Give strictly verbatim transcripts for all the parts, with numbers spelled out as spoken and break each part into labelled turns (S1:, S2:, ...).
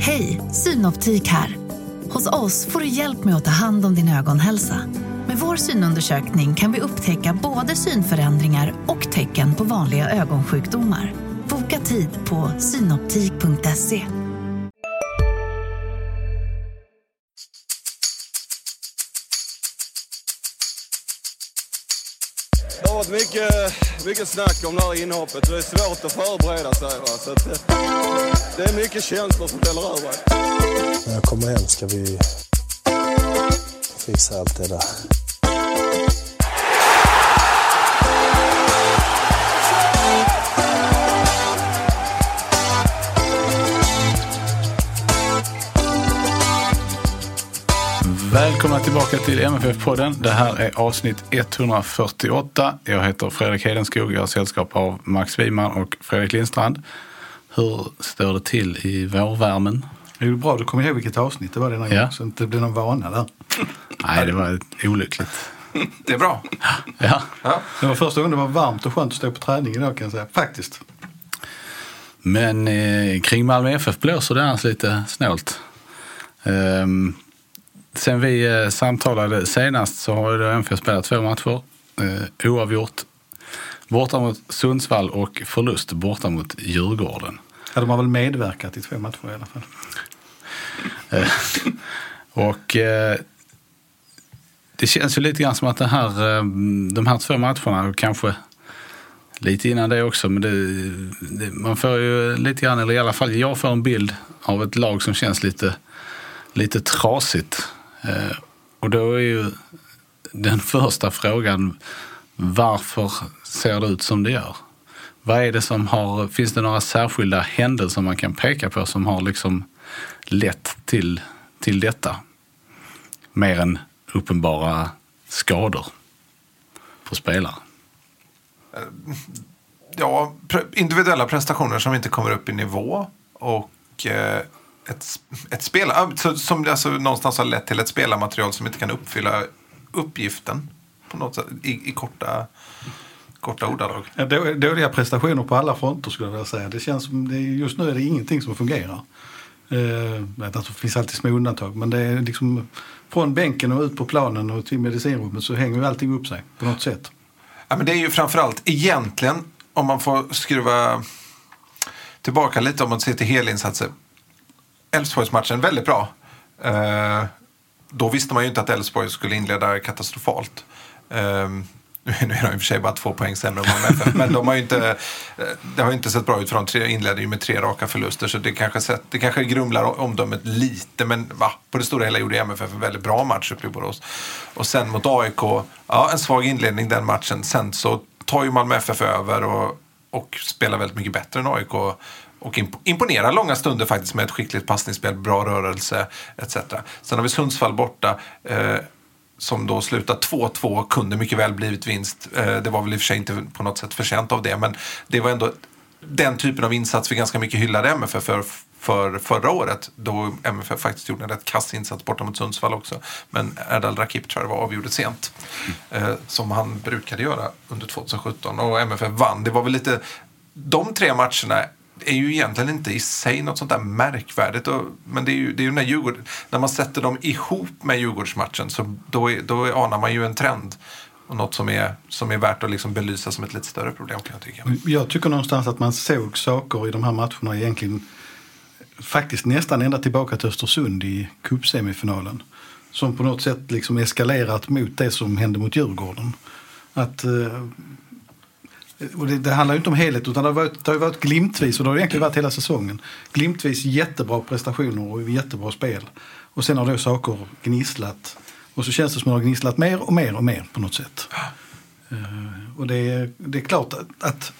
S1: Hej, Synoptik här. Hos oss får du hjälp med att ta hand om din ögonhälsa. Med vår synundersökning kan vi upptäcka både synförändringar och tecken på vanliga ögonsjukdomar. Boka tid på synoptik punkt se.
S2: Det har varit mycket, mycket snack om det här inhoppet. Det är svårt att förbereda sig. Va? Så att det, det är mycket känslor som fäller över.
S3: När jag kommer hem ska vi fixa allt det där.
S4: Välkomna tillbaka till M F F-podden. Det här är avsnitt etthundrafyrtioåtta. Jag heter Fredrik Hedenskog. Jag har sällskap av Max Wiman och Fredrik Lindstrand. Hur står det till i vårvärmen?
S5: Det är bra, du kommer ihåg vilket avsnitt det var denna
S4: ja.
S5: gång, så inte det blir någon vana där.
S4: Nej, det var olyckligt.
S6: Det är bra.
S4: Ja.
S6: ja.
S5: Det var första gången det var varmt och skönt att stå på träning idag, kan jag säga. Faktiskt.
S4: Men eh, kring Malmö F F blåser det annars lite snålt. Um, sen vi eh, samtalade senast så har ju M F F spelat två matcher. Eh, oavgjort borta mot Sundsvall och förlust borta mot Djurgården.
S5: Ja, de har väl medverkat i två matcher i alla fall.
S4: och eh, det känns ju lite grann som att det här, eh, de här två matcherna, kanske lite innan det också, men det, det, man får ju lite grann, eller i alla fall jag får en bild av ett lag som känns lite, lite trasigt. Eh, och då är ju den första frågan, varför ser det ut som det gör? Vad är det som har, finns det några särskilda händelser man kan peka på som har liksom lett till, till detta? Mer än uppenbara skador på spelare.
S6: Ja, individuella prestationer som inte kommer upp i nivå och eh, ett, ett spel som alltså någonstans har lett till ett spelarmaterial som inte kan uppfylla uppgiften på något sätt i, i korta korta ordalag.
S5: Ja, dåliga prestationer på alla fronter skulle jag vilja säga. Det känns som, det är, just nu är det ingenting som fungerar. Eh, det finns alltid små undantag, men det är liksom från bänken och ut på planen och till medicinrummet så hänger ju allting upp sig på något sätt.
S6: Ja, men det är ju framförallt egentligen, om man får skruva tillbaka lite, om man ser till helinsatser. Elfsborgsmatchen, väldigt bra. Eh, då visste man ju inte att Elfsborg skulle inleda katastrofalt. Eh, Nu är de i och för sig bara två poäng sämre än Malmö F F, men de har ju inte, det har ju inte sett bra ut för de tre, inledde ju med tre raka förluster, så det kanske, sett, det kanske grumlar omdömet lite, men va, på det stora hela gjorde M F F en väldigt bra match uppe i Borås. Och sen mot A I K, ja, en svag inledning den matchen, sen så tar ju Malmö F F över och, och spelar väldigt mycket bättre än A I K och imponerar långa stunder faktiskt med ett skickligt passningsspel, bra rörelse et cetera. Sen har vi Sundsvall borta, eh, som då slutar två två, kunde mycket väl blivit vinst. Det var väl i och för sig inte på något sätt förtjänt av det, men det var ändå den typen av insats vi ganska mycket hyllade M F F för, för förra året, då M F F faktiskt gjorde en rätt kass insats borta mot Sundsvall också. Men Erdal Rakip tror jag det var, avgjorde sent, mm. som han brukade göra under tjugohundrasjutton, och M F F vann. Det var väl lite, de tre matcherna är ju egentligen inte i sig något sånt där märkvärdigt, och, men det är ju, det är ju när, Djurgård, när man sätter dem ihop med Djurgårdsmatchen, så då, är, då anar man ju en trend och något som är, som är värt att liksom belysa som ett lite större problem, kan jag tycka.
S5: Jag tycker någonstans att man såg saker i de här matcherna egentligen faktiskt nästan ända tillbaka till Östersund i cupsemifinalen, som på något sätt liksom eskalerat mot det som hände mot Djurgården. Att Och det, det handlar ju inte om helhet, utan det har varit, det har varit glimtvis, och det har egentligen varit hela säsongen. Glimtvis jättebra prestationer och jättebra spel. Och sen har då saker gnisslat. Och så känns det som att det har gnisslat mer och mer och mer på något sätt. Uh, och det är, det är klart att, att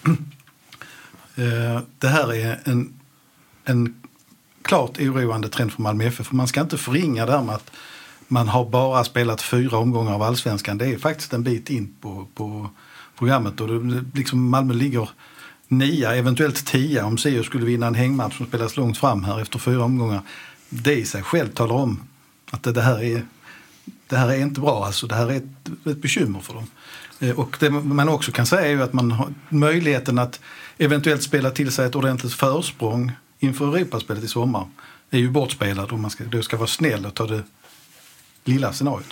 S5: uh, det här är en, en klart oroande trend för Malmö F F. För man ska inte förringa det här med att man har bara spelat fyra omgångar av Allsvenskan. Det är faktiskt en bit in på... på programmet, och det, liksom Malmö ligger nia, eventuellt tio om Sirius skulle vinna en hängmatch som spelas långt fram här efter fyra omgångar. Det i sig själv talar om att det, det här är det här är inte bra, alltså det här är ett, ett bekymmer för dem. Och det man också kan säga är ju att man har möjligheten att eventuellt spela till sig ett ordentligt försprång inför Europaspelet i sommar. är ju bortspelad om man ska, då ska vara snäll och ta det lilla scenariot.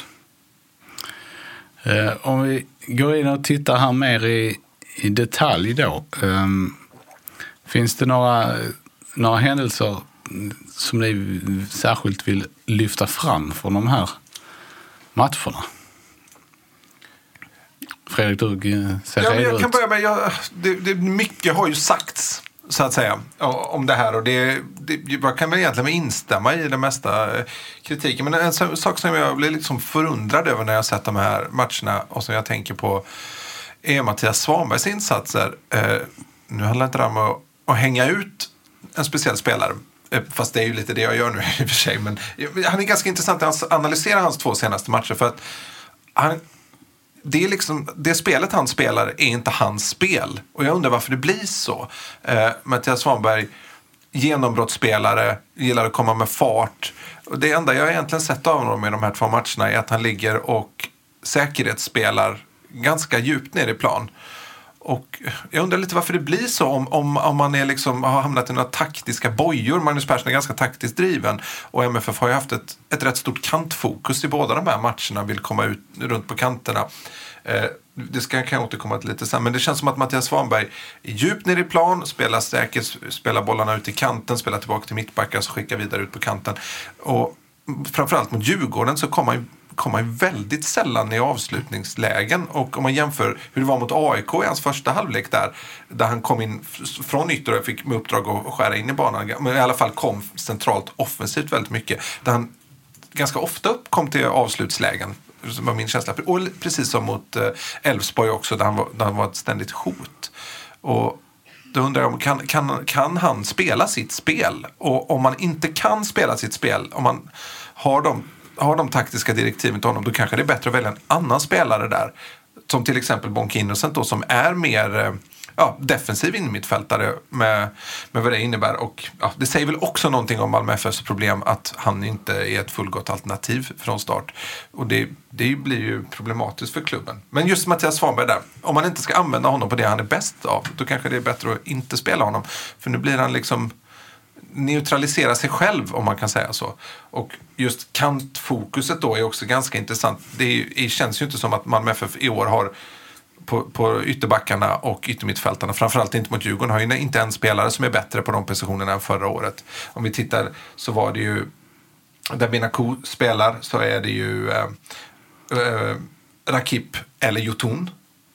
S4: Eh, om vi går in och tittar här mer i, i detalj då. Eh, finns det några, några händelser som ni särskilt vill lyfta fram från de här matcherna? Fredrik, du ser
S6: ja, men jag
S4: ut.
S6: kan börja med, jag, det, det, mycket har ju sagts så att säga om det här och det, det jag kan väl egentligen instämma i det mesta kritiken, men en sak som jag blir liksom förundrad över när jag sett de här matcherna och som jag tänker på är Mattias Svanbergs insatser. Eh, nu handlar inte det om att, att hänga ut en speciell spelare, fast det är ju lite det jag gör nu i och för sig, men han är ganska intressant att analysera hans två senaste matcher för att han Det, är liksom, det spelet han spelar är inte hans spel. Och jag undrar varför det blir så. Eh, Mattias Svanberg, genombrottsspelare, gillar att komma med fart. Och det enda jag egentligen sett av honom i de här två matcherna är att han ligger och säkerhetsspelar ganska djupt ner i plan. Och jag undrar lite varför det blir så om, om, om man är liksom, har hamnat i några taktiska bojor. Magnus Persson är ganska taktiskt driven och M F F har ju haft ett, ett rätt stort kantfokus i båda de här matcherna, vill komma ut runt på kanterna. Eh, det ska jag kan återkomma till lite sen, men det känns som att Mattias Svanberg är djupt ner i plan, spelar säkert, spelar bollarna ut i kanten, spelar tillbaka till mittbackar och skickar vidare ut på kanten. Och framförallt mot Djurgården så kommer han kommer ju väldigt sällan i avslutningslägen, och om man jämför hur det var mot A I K i hans första halvlek där, där han kom in från ytter och fick med uppdrag att skära in i banan, men i alla fall kom centralt offensivt väldigt mycket, där han ganska ofta upp kom till avslutslägen, som var min känsla, och precis som mot Elfsborg också, där han var, där han var ett ständigt hot. Och då undrar jag om kan, kan, kan han spela sitt spel, och om man inte kan spela sitt spel, om man har de har de taktiska direktiven till honom, då kanske det är bättre att välja en annan spelare där. Som till exempel Bonke Innocent då, som är mer ja, defensiv innermittfältare med, med vad det innebär. Och ja, det säger väl också någonting om Malmö F F:s problem att han inte är ett fullgott alternativ från start. Och det, det blir ju problematiskt för klubben. Men just Mattias Svanberg där, om man inte ska använda honom på det han är bäst av, då kanske det är bättre att inte spela honom. För nu blir han liksom neutralisera sig själv, om man kan säga så. Och just kantfokuset då är också ganska intressant. Det, är, det känns ju inte som att Malmö F F i år har på, på ytterbackarna och yttermittfältarna, framförallt inte mot Djurgården, har ju inte en spelare som är bättre på de positionerna än förra året. Om vi tittar så var det ju där Benakou spelar så är det ju äh, äh, Rakip eller Jotun.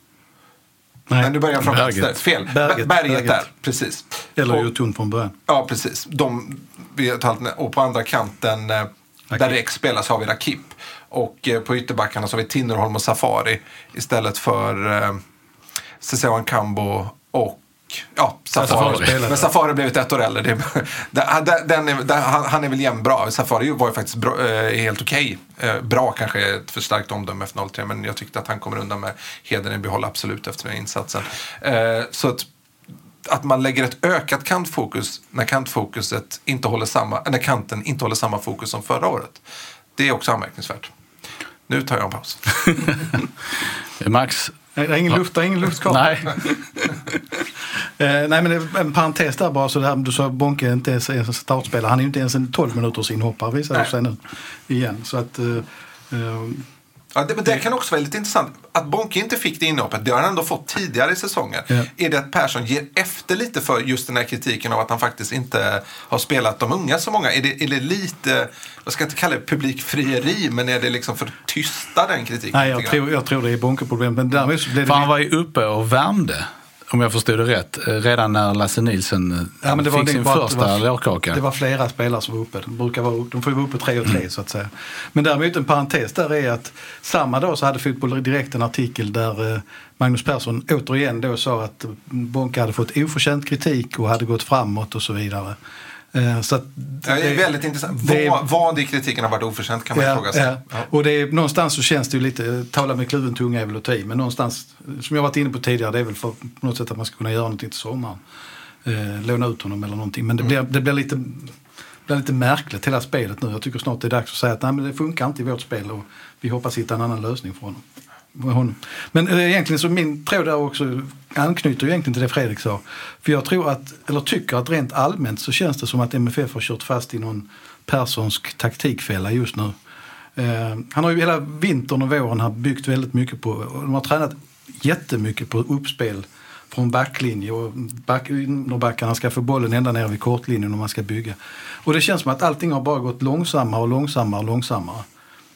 S6: Nej, men nu börjar jag från vänster. Fel. Berget, Berget, Berget där, precis.
S5: Eller Jotun från början.
S6: Ja, precis. De, och på andra kanten eh, där Rex spelar så har vi Rakip. Och eh, på ytterbackarna så har vi Tinnerholm och Safari istället för eh, Cesar Cambo och ja, Safari. Safari. Men Safari blev ett år äldre. Det, den är, den, han, han är väl jämn bra. Safari var ju faktiskt bra, eh, helt okej. Okay. Eh, bra kanske är ett för starkt omdöme efter noll tre, men jag tyckte att han kommer undan med hedern i behåll absolut efter den insatsen. Eh, så att, att man lägger ett ökat kantfokus när kantfokuset inte håller samma, när kanten inte håller samma fokus som förra året. Det är också anmärkningsvärt. Nu tar jag en paus.
S4: Max.
S5: Nej, det är ingen luft, det är ingen luft kvar.
S4: Nej.
S5: eh, nej, men en parentes där bara, så det här, du sa Bonke inte ens är en startspelare. Han är ju inte ens en tolv minuters inhoppare, visar det sig nu igen. Så att... Eh, eh,
S6: ja, det, men det kan också vara lite intressant. Att Bonke inte fick det inhoppet, det har han ändå fått tidigare i säsongen. Ja. Är det att Persson ger efter lite för just den här kritiken av att han faktiskt inte har spelat de unga så många? Är det, är det lite, jag ska inte kalla det publikfrieri, men är det liksom för tysta den kritiken?
S5: Nej, jag tror, jag tror det är Bonke-problem. Men därmed så blev det...
S4: För han var ju uppe och värmde, om jag förstod det rätt, redan när Lasse Nilsson ja, men det fick sin var, första lårkaka.
S5: Det var flera spelare som var uppe. De, brukar vara, de får ju vara uppe tre och tre mm. så att säga. Men däremot en parentes där är att samma dag så hade Fotboll Direkt en artikel där eh, Magnus Persson återigen då sa att Bonke hade fått oförtjänt kritik och hade gått framåt och så vidare. Så att
S6: det, det är väldigt intressant. Det, vad, vad i kritiken har varit oförtjänt kan man
S5: ja,
S6: fråga sig.
S5: Ja. Ja. Och det är, någonstans så känns det ju lite, tala med kluven tunga är väl att ta i, men någonstans, som jag varit inne på tidigare, det är väl för på något sätt att man ska kunna göra någonting till sommaren. Eh, låna ut honom eller någonting. Men det, mm. blir, det blir, lite, blir lite märkligt hela spelet nu. Jag tycker snart det är dags att säga att nej, men det funkar inte i vårt spel och vi hoppas hitta en annan lösning för honom. honom. Men äh, egentligen så min tråd där också anknyter ju egentligen till det Fredrik sa. För jag tror att, eller tycker att rent allmänt så känns det som att M F F har kört fast i någon Perssonsk taktikfälla just nu. Uh, han har ju hela vintern och våren har byggt väldigt mycket på, och de har tränat jättemycket på uppspel från backlinje och back, när backarna ska få bollen ända ner vid kortlinjen om man ska bygga. Och det känns som att allting har bara gått långsammare och långsammare och långsammare.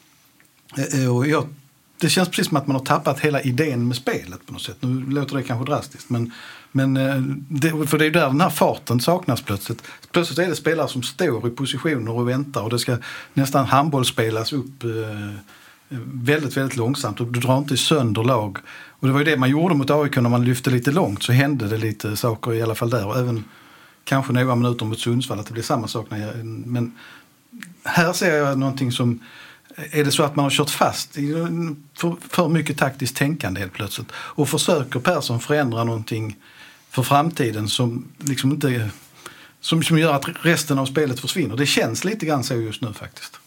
S5: Uh, och jag, det känns precis som att man har tappat hela idén med spelet på något sätt. Nu låter det kanske drastiskt, men, men uh, det, för det är ju där den här farten saknas plötsligt. Plötsligt är det spelare som står i positioner och väntar, och det ska nästan handboll spelas upp uh, väldigt, väldigt långsamt, och du drar inte sönder lag. Och det var ju det man gjorde mot A I K när man lyfte lite långt, så hände det lite saker i alla fall där, och även kanske några minuter mot Sundsvall att det blir samma sak. När jag, men här ser jag någonting som, är det så att man har kört fast i för, för mycket taktiskt tänkande helt plötsligt, och försöker Persson förändra någonting för framtiden som liksom inte, som, som gör att resten av spelet försvinner. Det känns lite grann så just nu faktiskt.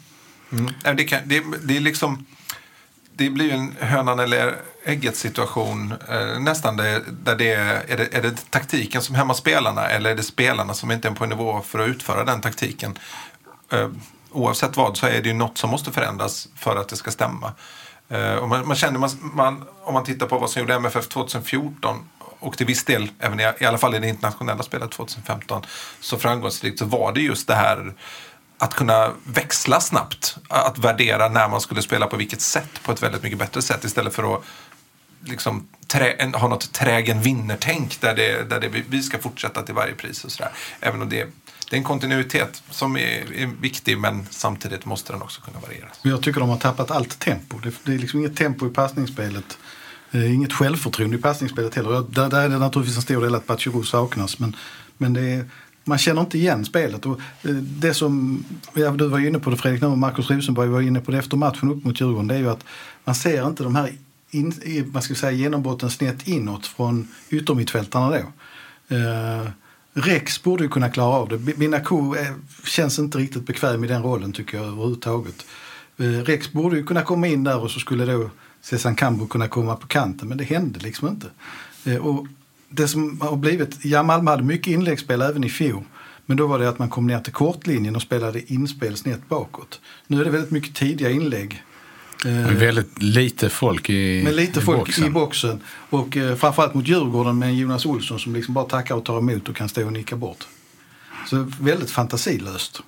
S6: Mm. Det, kan, det, det är liksom, det blir ju en hönan eller ägget situation eh, nästan det, där det är, är, det, är det taktiken som hämmar spelarna, eller är det spelarna som inte är på en nivå för att utföra den taktiken? Eh, oavsett vad så är det ju något som måste förändras för att det ska stämma. Eh, och man, man känner, man, man, om man tittar på vad som gjorde M F F tjugohundrafjorton och till viss del, även i, i alla fall i det internationella spelet tjugohundrafemton, så framgångsrikt, så var det just det här att kunna växla snabbt, att värdera när man skulle spela på vilket sätt på ett väldigt mycket bättre sätt, istället för att liksom trä, ha något trägen vinnertänk där, det, där det, vi ska fortsätta till varje pris och sådär. Även om det, det är en kontinuitet som är, är viktig, men samtidigt måste den också kunna varieras.
S5: Jag tycker de har tappat allt tempo. Det, det är liksom inget tempo i passningsspelet. Inget självförtroende i passningsspelet heller. Där, där är det naturligtvis en stor del att Batshiro saknas, men, men det är, man känner inte igen spelet. Och det som, ja, du var inne på det Fredrik, och Marcus Rosenberg var inne på det efter matchen upp mot Djurgården, det är ju att man ser inte de här in, man ska säga, genombrotten snett inåt från yttermittfältarna då. Eh, Rex borde ju kunna klara av det. Binaku känns inte riktigt bekväm i den rollen tycker jag överhuvudtaget. Eh, Rex borde ju kunna komma in där, och så skulle då Cessan Kambo kunna komma på kanten, men det hände liksom inte. Eh, och det som har blivit, ja, Malmö hade mycket inläggsspel även i fjol, men då var det att man kom ner till kortlinjen och spelade inspel snett bakåt. Nu är det väldigt mycket tidiga inlägg.
S4: Men väldigt lite folk i,
S5: med lite
S4: i
S5: folk
S4: boxen.
S5: i boxen. Och eh, framförallt mot Djurgården med Jonas Olsson som liksom bara tackar och tar emot och kan stå och nicka bort. Så väldigt fantasilöst.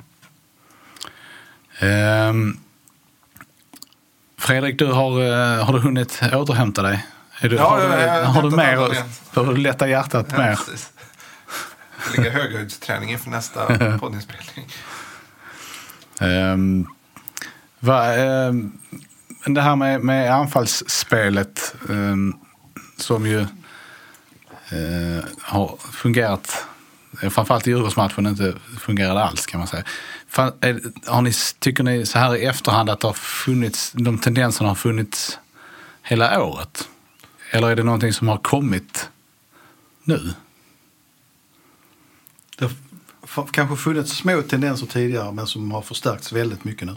S4: Um, Fredrik, du har, uh, har du hunnit återhämta dig? Är du,
S6: ja,
S4: har,
S6: jag, jag,
S4: du, har
S6: jag
S4: du mer för att lätta hjärtat
S6: ja,
S4: mer?
S6: Precis. Det ligger höghöjdsträning inför nästa poddinspelning.
S4: Um, va, um, det här med, med anfallsspelet um, som ju uh, har fungerat, framförallt i Djurgårdsmatchen inte fungerade alls kan man säga. Fan, är, har ni, tycker ni så här i efterhand att det har funnits, de tendenserna har funnits hela året? Eller är det någonting som har kommit nu?
S5: Det har kanske funnits små tendenser tidigare, men som har förstärkts väldigt mycket nu.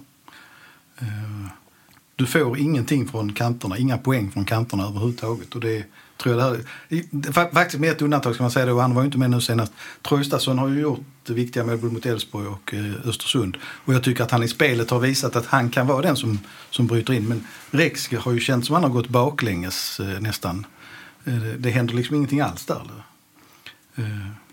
S5: Du får ingenting från kanterna, inga poäng från kanterna överhuvudtaget. Och det tror jag det här, faktiskt med ett undantag ska man säga det, och han var ju inte med nu senast. Traustason har ju gjort det viktiga mål mot Elfsborg och Östersund. Och jag tycker att han i spelet har visat att han kan vara den som, som bryter in. Men Rex har ju känt som han har gått baklänges eh, nästan. Eh, det händer liksom ingenting alls där. Eh.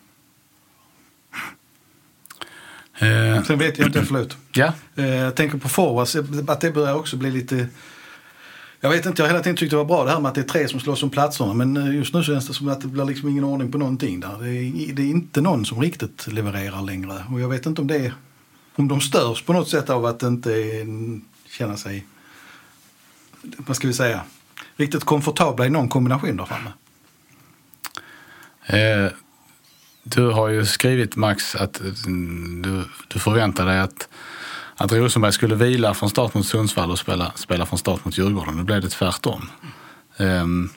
S4: Uh,
S5: Sen vet jag inte, förlåt.
S4: Ja.
S5: Eh, jag tänker på forwards, att det börjar också bli lite... Jag vet inte, jag har hela tiden tyckt det var bra det här med att det är tre som slåss om platserna, men just nu känns det som att det blir liksom ingen ordning på någonting där. Det är, det är inte någon som riktigt levererar längre, och jag vet inte om det är, om de störs på något sätt av att inte känna sig, vad ska vi säga, riktigt komfortabla i någon kombination där framme.
S4: Eh, du har ju skrivit, Max, att du, du förväntar dig att att Rosenberg skulle vila från start mot Sundsvall och spela, spela från start mot Djurgården. Nu blev det tvärtom. Um,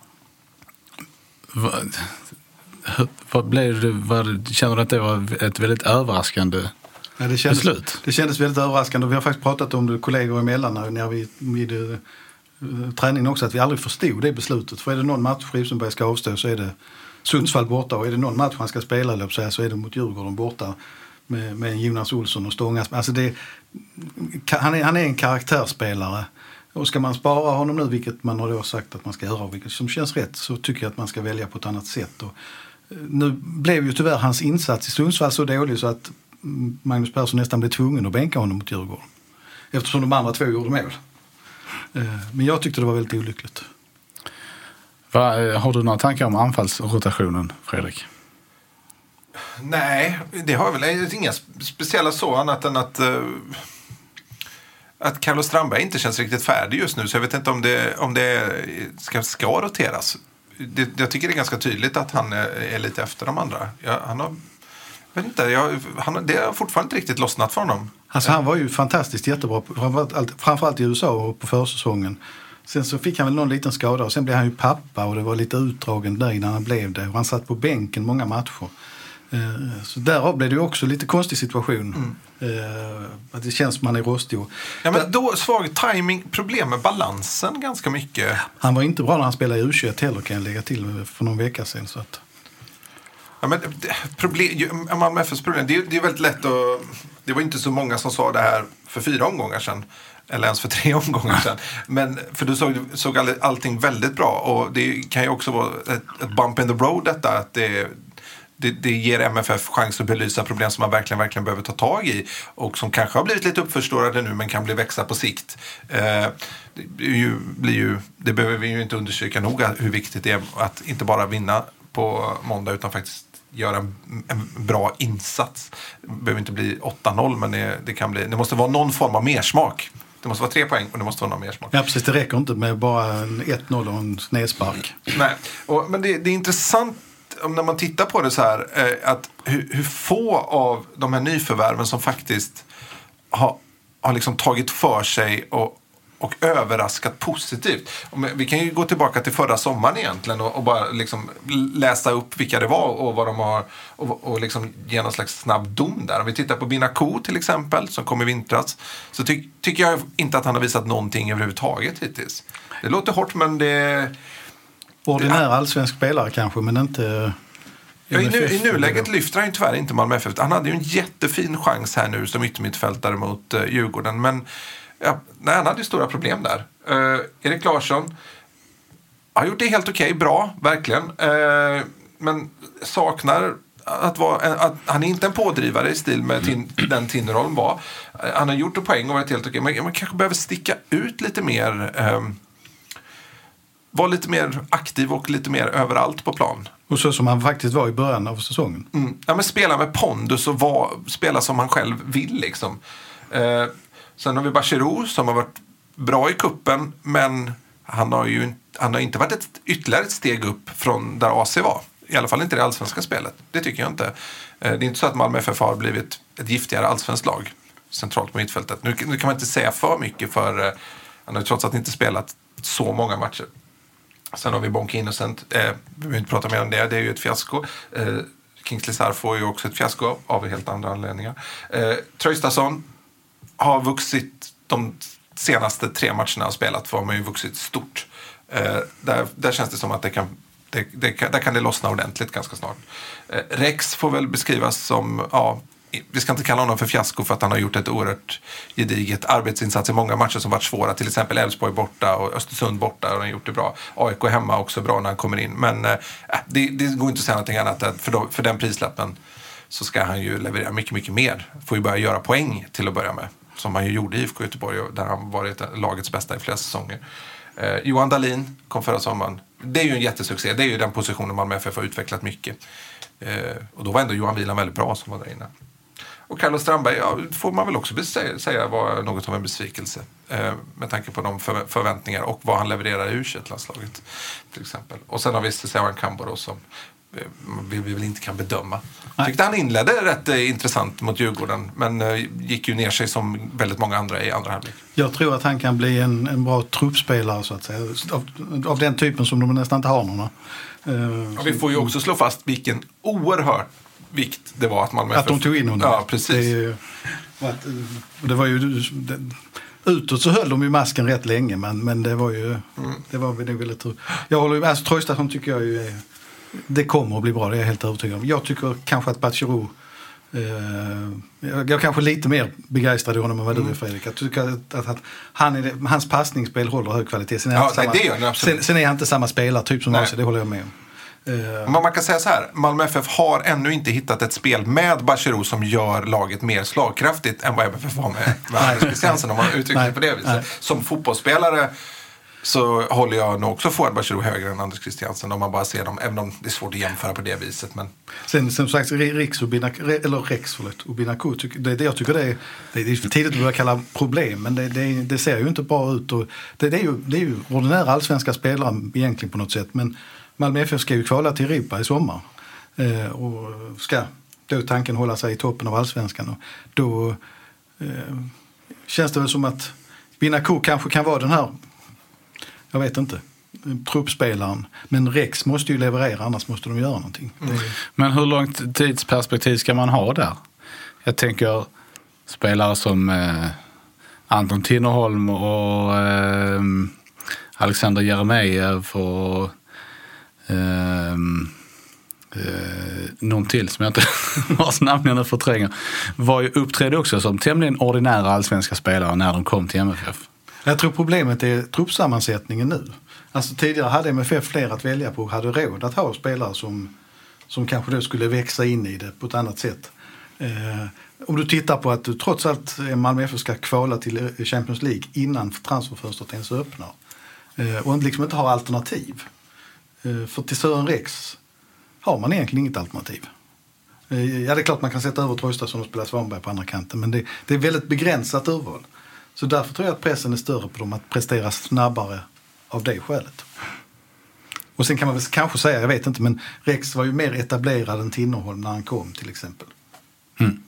S4: vad, vad blev det, vad, känner du att det var ett väldigt överraskande
S5: ja, det kändes,
S4: beslut?
S5: Det kändes väldigt överraskande. Vi har faktiskt pratat om det kollegor emellan när vi vid träningen också att vi aldrig förstod det beslutet. För är det någon match Rosenberg ska avstå så är det Sundsvall borta. Och är det någon match han ska spela så är det mot Djurgården borta med, med Jonas Olsson och Stångas. Alltså det, han, är, han är en karaktärsspelare. Och ska man spara honom nu, vilket man har då sagt att man ska göra, vilket som känns rätt, så tycker jag att man ska välja på ett annat sätt. Och nu blev ju tyvärr hans insats i Sundsvall så dålig så att Magnus Persson nästan blev tvungen att bänka honom mot Djurgården. Eftersom de andra två gjorde mål. Men jag tyckte det var väldigt olyckligt.
S4: Va, har du några tankar om anfallsrotationen, Fredrik?
S6: Nej, det har jag väl inga speciella så annat än att uh, att Carlos Strandberg inte känns riktigt färdig just nu, så jag vet inte om det, om det ska, ska roteras. Det, jag tycker det är ganska tydligt att han är, är lite efter de andra. Jag, han har, vet inte, jag, han, det har fortfarande inte riktigt lossnat för honom.
S5: Alltså han var ju fantastiskt jättebra, framförallt, framförallt i U S A och på försäsongen. Sen så fick han väl någon liten skada och sen blev han ju pappa och det var lite utdragen där innan han blev det. Och han satt på bänken många matcher. Så därav blev det ju också lite konstig situation. Mm. Att det känns som man är rostig.
S6: Ja, men då svag timing, problem med balansen ganska mycket.
S5: Han var inte bra när han spelade i U tjugoett heller, kan jag lägga till för någon vecka sedan. Så att...
S6: Ja, men problem, Malmö F F:s problem, det är, det är väldigt lätt att... Det var inte så många som sa det här för fyra omgångar sedan. Eller ens för tre omgångar sedan. Men, för du såg, såg all, allting väldigt bra. Och det kan ju också vara ett, ett bump in the road detta. Att det, det, det ger M F F chans att belysa problem som man verkligen, verkligen behöver ta tag i. Och som kanske har blivit lite uppförstorade nu men kan bli växa på sikt. Eh, det, ju, blir ju, det behöver vi ju inte undersöka noga hur viktigt det är att inte bara vinna på måndag utan faktiskt göra en, en bra insats. Det behöver inte bli åtta noll men det, det kan bli, det måste vara någon form av mersmak. Det måste vara tre poäng och det måste vara någon mer smak.
S5: Ja, precis. Det räcker inte med bara en ett noll och en snedspark.
S6: Nej, och, men det, det är intressant när man tittar på det så här eh, att hur, hur få av de här nyförvärven som faktiskt har, har liksom tagit för sig och, och överraskat positivt. Och vi kan ju gå tillbaka till förra sommaren egentligen och, och bara liksom läsa upp vilka det var och vad de har och, och liksom ge någon slags snabb dom där. Om vi tittar på Binako till exempel som kom i vintras så ty, tycker jag inte att han har visat någonting överhuvudtaget hittills. Det låter hårt men det...
S5: Ordinär allsvensk spelare kanske men inte...
S6: Ja, i, nu, I nuläget lyfter han ju tyvärr inte Malmö F F. Han hade ju en jättefin chans här nu som yttermittfältare mot uh, Djurgården men ja, nej, han hade ju stora problem där. Uh, Erik Larsson har gjort det helt okej, okay, bra, verkligen. Uh, men saknar att vara, att han är inte en pådrivare i stil med tin, den Tinnerholm var. Uh, han har gjort en poäng och varit helt okej. Okay. Men man kanske behöver sticka ut lite mer. Uh, vara lite mer aktiv och lite mer överallt på plan.
S5: Och så som han faktiskt var i början av säsongen.
S6: Mm. Ja, men spela med pondus och var, spela som han själv vill liksom. Uh, Sen har vi Bachirou som har varit bra i kuppen men han har ju han har inte varit ett ytterligare ett steg upp från där A C var. I alla fall inte det allsvenska spelet. Det tycker jag inte. Det är inte så att Malmö F F har blivit ett giftigare allsvenskt lag centralt på mittfältet. Nu, nu kan man inte säga för mycket för han har ju trots att inte spelat så många matcher. Sen har vi Bonke Innocent. Eh, vi vill inte prata mer om det. Det är ju ett fiasko. Eh, Kingsley Sarr får ju också ett fiasko av helt andra anledningar. Eh, Traustason har vuxit de senaste tre matcherna har spelat för har man ju vuxit stort. Eh, där, där känns det som att det kan, det, det, där kan det lossna ordentligt ganska snart. Eh, Rex får väl beskrivas som, ja, vi ska inte kalla honom för fiasko för att han har gjort ett oerhört gediget arbetsinsats i många matcher som varit svåra. Till exempel Elfsborg borta och Östersund borta och han har gjort det bra. A I K hemma också bra när han kommer in. Men eh, det, det går inte att säga någonting annat. För, då, för den prislappen så ska han ju leverera mycket, mycket mer. Får ju börja göra poäng till att börja med. Som han ju gjorde i I F K Göteborg där han varit lagets bästa i flera säsonger. Eh, Johan Dahlin kom förra sommaren. Det är ju en jättesuccé. Det är ju den positionen Malmö F F har utvecklat mycket. Eh, och då var ändå Johan Wieland väldigt bra som var där inne. Och Carlos Strandberg, ja, får man väl också säga var något av en besvikelse. Eh, med tanke på de för, förväntningar och vad han levererar i U tjugoett-landslaget till exempel. Och sen har vi Sewan Kambo då som vi, vi väl inte kan bedöma. Jag tyckte han inledde rätt eh, intressant mot Djurgården men eh, gick ju ner sig som väldigt många andra i andra halvlek.
S5: Jag tror att han kan bli en, en bra truppspelare så att säga. Av, av den typen som de nästan inte har några. Eh,
S6: ja, vi får ju också slå fast vilken oerhört vikt det var att Malmö
S5: att de tog in honom.
S6: Ja, precis.
S5: Det, att, det var ju det, utåt så höll de ju masken rätt länge, men, men det var ju mm. det var nog väldigt tur. Jag håller ju med, alltså Traustason tycker jag ju är, det kommer att bli bra, det är jag helt övertygad om. Jag tycker kanske att Bachirou eh, jag är kanske lite mer begeistrad i honom än vad du är, Fredrik. Jag tycker att, att, att han är det, hans passningsspel håller hög kvalitet. Sen är,
S6: ja,
S5: nej,
S6: samma, det gör han,
S5: sen, sen är han inte samma spelartyp som Arsenal, det håller jag med om.
S6: Men man kan säga så här, Malmö F F har ännu inte hittat ett spel med Bachirou som gör laget mer slagkraftigt än vad M F F har med Anders Christiansen, om man uttrycker det på det viset. Nej. Som fotbollsspelare så håller jag nog också Fouad Bachirou högre än Anders Christiansen om man bara ser dem, även om det är svårt att jämföra på det viset. Men...
S5: Sen som sagt, Rex Obinaku, eller Rex förlåt, Obinaku, det är det jag tycker det är, det är för tidigt att börja kalla problem, men det, det, det ser ju inte bra ut. Och det, det, är ju, det är ju ordinära allsvenska spelare egentligen på något sätt, men Malmö F F ska ju kvala till Europa i sommar eh, och ska då tanken hålla sig i toppen av allsvenskan. Och då eh, känns det väl som att Binaku kanske kan vara den här, jag vet inte, truppspelaren. Men Rex måste ju leverera, annars måste de göra någonting. Mm. Det...
S4: Men hur långt tidsperspektiv ska man ha där? Jag tänker spelare som eh, Anton Tinnerholm och eh, Alexander Jeremejeff och Uh, uh, någon till som jag inte vars namn jag nu förtränger, var ju uppträdde också som tämligen ordinära allsvenska spelare när de kom till M F F.
S5: Jag tror problemet är truppsammansättningen nu. Alltså tidigare hade M F F fler att välja på, hade råd att ha spelare som, som kanske då skulle växa in i det på ett annat sätt. Uh, om du tittar på att du trots allt Malmö F F ska kvala till Champions League innan transferfönstret ens öppnar. Uh, och liksom inte har alternativ. För till Sören Rex har man egentligen inget alternativ. Ja, det är klart man kan sätta över Traustason och spela Svanberg på andra kanten, men det, det är väldigt begränsat urval. Så därför tror jag att pressen är större på dem att prestera snabbare av det skälet. Och sen kan man väl kanske säga, jag vet inte, men Rex var ju mer etablerad än Tinnerholm när han kom till exempel.
S4: Mm.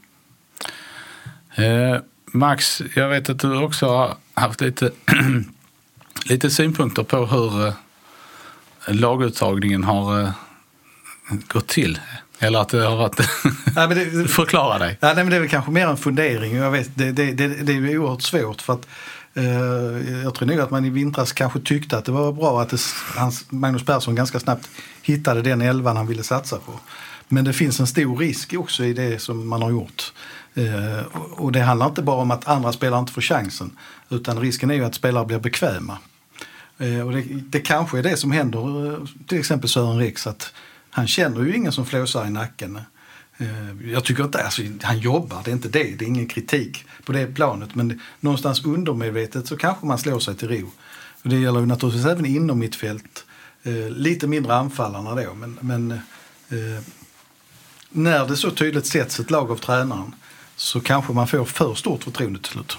S4: Eh, Max, jag vet att du också har haft lite, lite synpunkter på hur eh, laguttagningen har uh, gått till. Eller att det har varit... nej, men det, förklara dig.
S5: Ja, nej, men det är väl kanske mer en fundering. Jag vet, det, det, det, det är oerhört svårt för att uh, jag tror nog att man i vintras kanske tyckte att det var bra att det, hans, Magnus Persson ganska snabbt hittade den elvan han ville satsa på. Men det finns en stor risk också i det som man har gjort. Uh, och, och det handlar inte bara om att andra spelare inte får chansen, utan risken är ju att spelare blir bekväma. Och det, det kanske är det som händer till exempel Sören Rex, att han känner ju ingen som flåsar i nacken. Jag tycker inte, alltså, han jobbar, det är inte det, det är ingen kritik på det planet, men någonstans undermedvetet så kanske man slår sig till ro. Och det gäller ju naturligtvis även inom mittfält, lite mindre anfallarna då, men, men eh, när det så tydligt sätts ett lag av tränaren så kanske man får för stort förtroende till slut.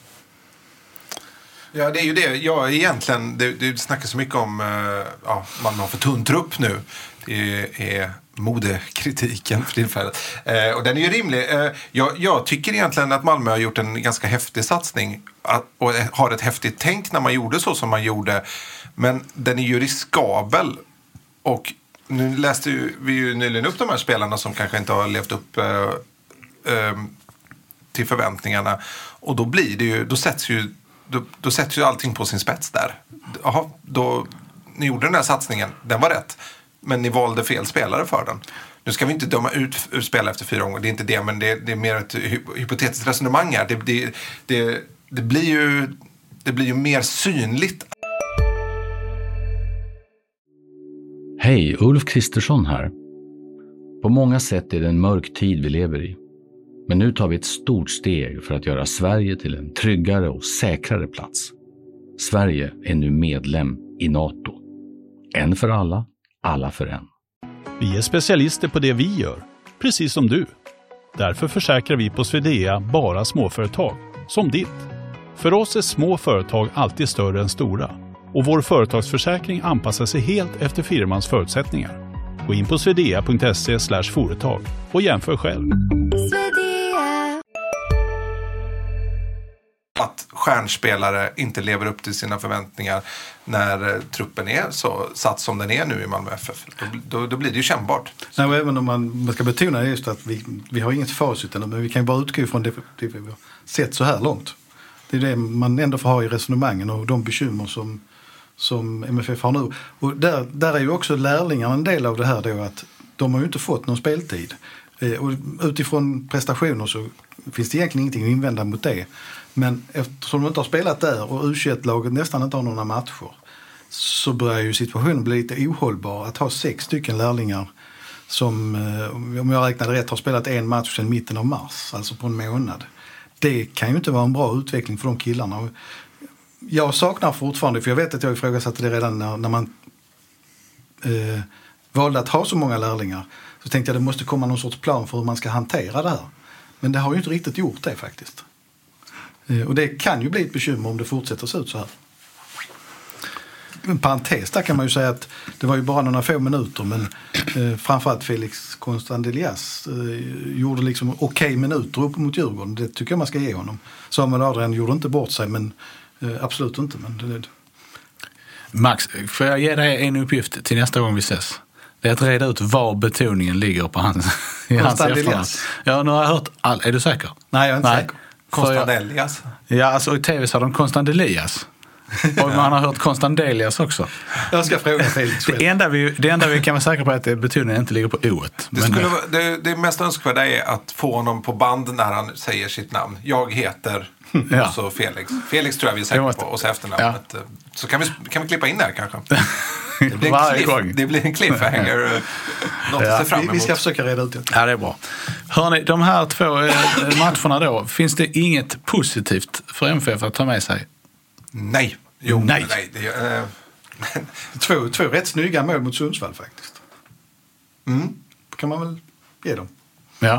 S6: Ja, det är ju det. Jag egentligen, det, det snackar så mycket om uh, ja, man har för tunn trupp nu. Det är modekritiken för tillfället. Uh, och den är ju rimlig. Uh, jag, jag tycker egentligen att Malmö har gjort en ganska häftig satsning och har ett häftigt tänk när man gjorde så som man gjorde. Men den är ju riskabel. Och nu läste ju, vi ju nyligen upp de här spelarna som kanske inte har levt upp uh, uh, till förväntningarna. Och då blir det ju, då sätts ju Då, då sätter ju allting på sin spets där. Jaha, då, ni gjorde den här satsningen, den var rätt. Men ni valde fel spelare för den. Nu ska vi inte döma ut spelare efter fyra gånger. Det är inte det, men det, det är mer ett hypotetiskt resonemang här. Det, det, det, det, blir ju, det blir ju mer synligt.
S7: Hej, Ulf Kristersson här. På många sätt är det en mörk tid vi lever i. Men nu tar vi ett stort steg för att göra Sverige till en tryggare och säkrare plats. Sverige är nu medlem i NATO. En för alla, alla för en.
S8: Vi är specialister på det vi gör, precis som du. Därför försäkrar vi på Swedea bara småföretag, som ditt. För oss är små företag alltid större än stora. Och vår företagsförsäkring anpassar sig helt efter firmans förutsättningar. Gå in på swedea punkt se slash företag och jämför själv.
S6: Att stjärnspelare inte lever upp till sina förväntningar när eh, truppen är så satt som den är nu i Malmö F F. Då, då, då blir det ju kännbart.
S5: Nej, och även om man, man ska betona just att vi, vi har inget facit ännu, men vi kan ju bara utgå från det, det vi har sett så här långt. Det Det är det man ändå får ha i resonemangen och de bekymmer som, som M F F har nu. Och där, där är ju också lärlingarna en del av det här då, att de har ju inte fått någon speltid. Eh, och utifrån prestationer så finns det egentligen ingenting att invända mot det. Men eftersom de inte har spelat där och U tjugoett-laget nästan inte har några matcher, så börjar ju situationen bli lite ohållbar att ha sex stycken lärlingar som, om jag räknade rätt, har spelat en match sedan mitten av mars, alltså på en månad. Det kan ju inte vara en bra utveckling för de killarna. Jag saknar fortfarande, för jag vet att jag ifrågasatte det redan när, när man eh, valde att ha så många lärlingar, så tänkte jag att det måste komma någon sorts plan för hur man ska hantera det här. Men det har ju inte riktigt gjort det faktiskt. Eh, och det kan ju bli ett bekymmer om det fortsätter se ut så här. En parentes där kan man ju säga att det var ju bara några få minuter, men eh, framförallt Felix Constandelias eh, gjorde liksom okej okay minuter upp mot Djurgården. Det tycker jag man ska ge honom. Samuel Adrian gjorde inte bort sig, men eh, absolut inte. Men det, det.
S4: Max, får jag ge dig en uppgift till nästa gång vi ses? Det är att reda ut var betoningen ligger på hans, i hans efternamn. Ja, nu har jag hört all, är du säker?
S5: Nej, jag är inte
S4: Nej.
S5: säker.
S6: Constandelias.
S4: Ja, alltså i tv så har de Constandelias. Och man har hört Constandelias också.
S5: Jag ska fråga Felix själv.
S4: Det enda vi, det enda vi kan vara säkra på är att betoningen inte ligger på o-et.
S6: Det, skulle vara, det, det mest önskvärda är att få honom på band när han säger sitt namn. Jag heter ja. och så Felix. Felix tror jag vi är säkra måste, på och så efternamnet. Ja. Så kan vi, kan vi klippa in där kanske. Det blir en, cliff, det blir en cliffhanger. Något
S5: ja,
S6: att se fram emot.
S5: Vi ska försöka reda ut det.
S4: Ja, det är bra. Hörrni, de här två matcherna då, finns det inget positivt för M F F att ta med sig?
S6: Nej. Jo,
S4: nej.
S6: nej det, äh...
S5: två, två rätt snygga mål mot Sundsvall faktiskt. Mm. Kan man väl ge dem.
S4: Ja.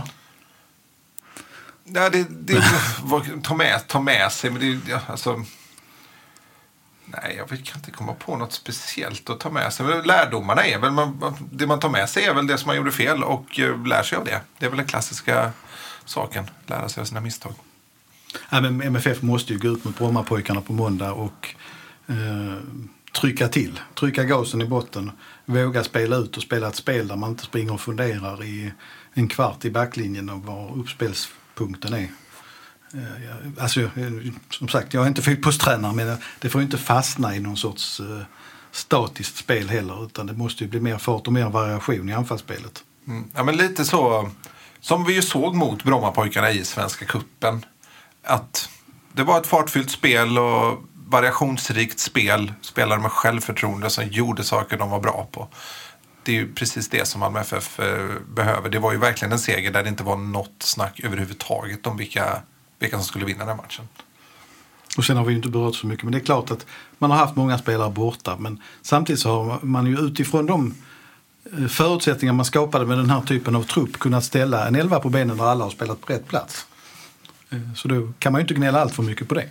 S6: Ja, det, det ta, med, ta med sig, men det, ja, alltså... Nej, jag kan inte komma på något speciellt att ta med sig. Men lärdomarna är väl, man, det man tar med sig är väl det som man gjorde fel och uh, lär sig av det. Det är väl den klassiska saken, lära sig av sina misstag.
S5: Ja, men M F F måste ju gå ut mot Brommapojkarna på måndag och eh, trycka till. Trycka gasen i botten. Våga spela ut och spela ett spel där man inte springer och funderar i en kvart i backlinjen och var uppspelspunkten är. Eh, alltså, som sagt, jag är inte fotbollstränare, men det får ju inte fastna i någon sorts eh, statiskt spel heller, utan det måste ju bli mer fart och mer variation i anfallsspelet.
S6: Mm. Ja, men lite så som vi ju såg mot Brommapojkarna i Svenska kuppen. Att det var ett fartfyllt spel och variationsrikt spel. Spelare med självförtroende som gjorde saker de var bra på. Det är ju precis det som Malmö F F eh, behöver. Det var ju verkligen en seger där det inte var något snack överhuvudtaget om vilka, vilka som skulle vinna den matchen.
S5: Och sen har vi ju inte berört så mycket. Men det är klart att man har haft många spelare borta. Men samtidigt så har man ju utifrån de förutsättningar man skapade med den här typen av trupp kunnat ställa en elva på benen där alla har spelat på rätt plats. Så då kan man ju inte gnälla allt för mycket på det.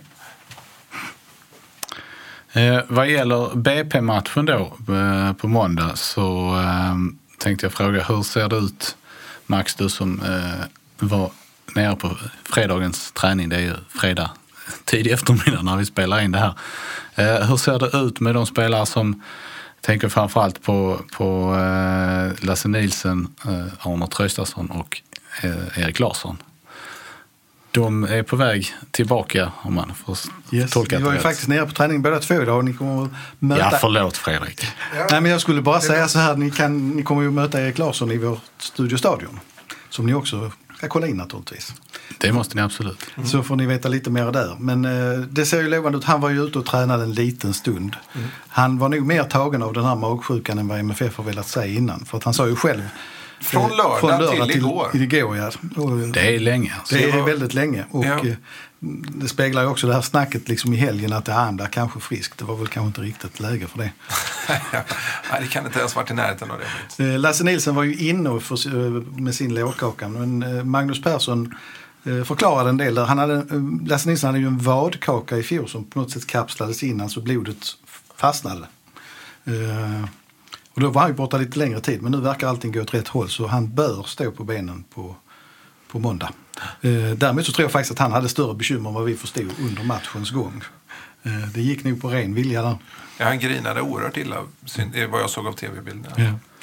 S4: Eh, vad gäller B P-matchen då eh, på måndag så eh, tänkte jag fråga, hur ser det ut, Max, du som eh, var nere på fredagens träning, det är ju fredag tidig eftermiddag när vi spelar in det här. Eh, hur ser det ut med de spelare som, tänker framförallt på, på eh, Lasse Nilsen, eh, Arne Traustason och eh, Erik Larsson? De är på väg tillbaka, om man får
S5: yes,
S4: tolka det.
S5: Vi var ju
S4: rätt.
S5: faktiskt nere på träning båda två idag och ni kommer att möta...
S4: Ja, förlåt Fredrik.
S5: Ja. Nej, men jag skulle bara säga så här, ni, kan, ni kommer ju möta Erik Larsson i vår studiostadion. Som ni också ska kolla in naturligtvis.
S4: Det måste ni absolut.
S5: Mm. Så får ni veta lite mer där. Men eh, det ser ju lovande ut. Han var ju ute och tränade en liten stund. Mm. Han var nog mer tagen av den här magsjukan än vad M F F har velat säga innan. För att han sa ju själv...
S6: Från lördag, Från lördag till igår.
S5: Till igår, ja. Och
S4: det är länge. Alltså.
S5: Det är väldigt länge. Och ja. Det speglar ju också det här snacket liksom i helgen att det är kanske frisk. Det var väl kanske inte riktigt läge för det.
S6: Nej, det kan inte ens varit i närheten av det.
S5: Lasse Nilsen var ju inne för, med sin lågkaka. Men Magnus Persson förklarade en del där. Han hade, Lasse Nilsen hade ju en vadkaka i fjol som på något sätt kapslades innan så blodet fastnade. Och då var han ju borta lite längre tid, men nu verkar allting gå åt rätt håll så han bör stå på benen på, på måndag. Eh, därmed så tror jag faktiskt att han hade större bekymmer än vad vi förstod under matchens gång. Eh, det gick nog på ren vilja där.
S6: Ja, han grinade oerhört illa, vad jag såg av tv-bilderna.
S5: Ja.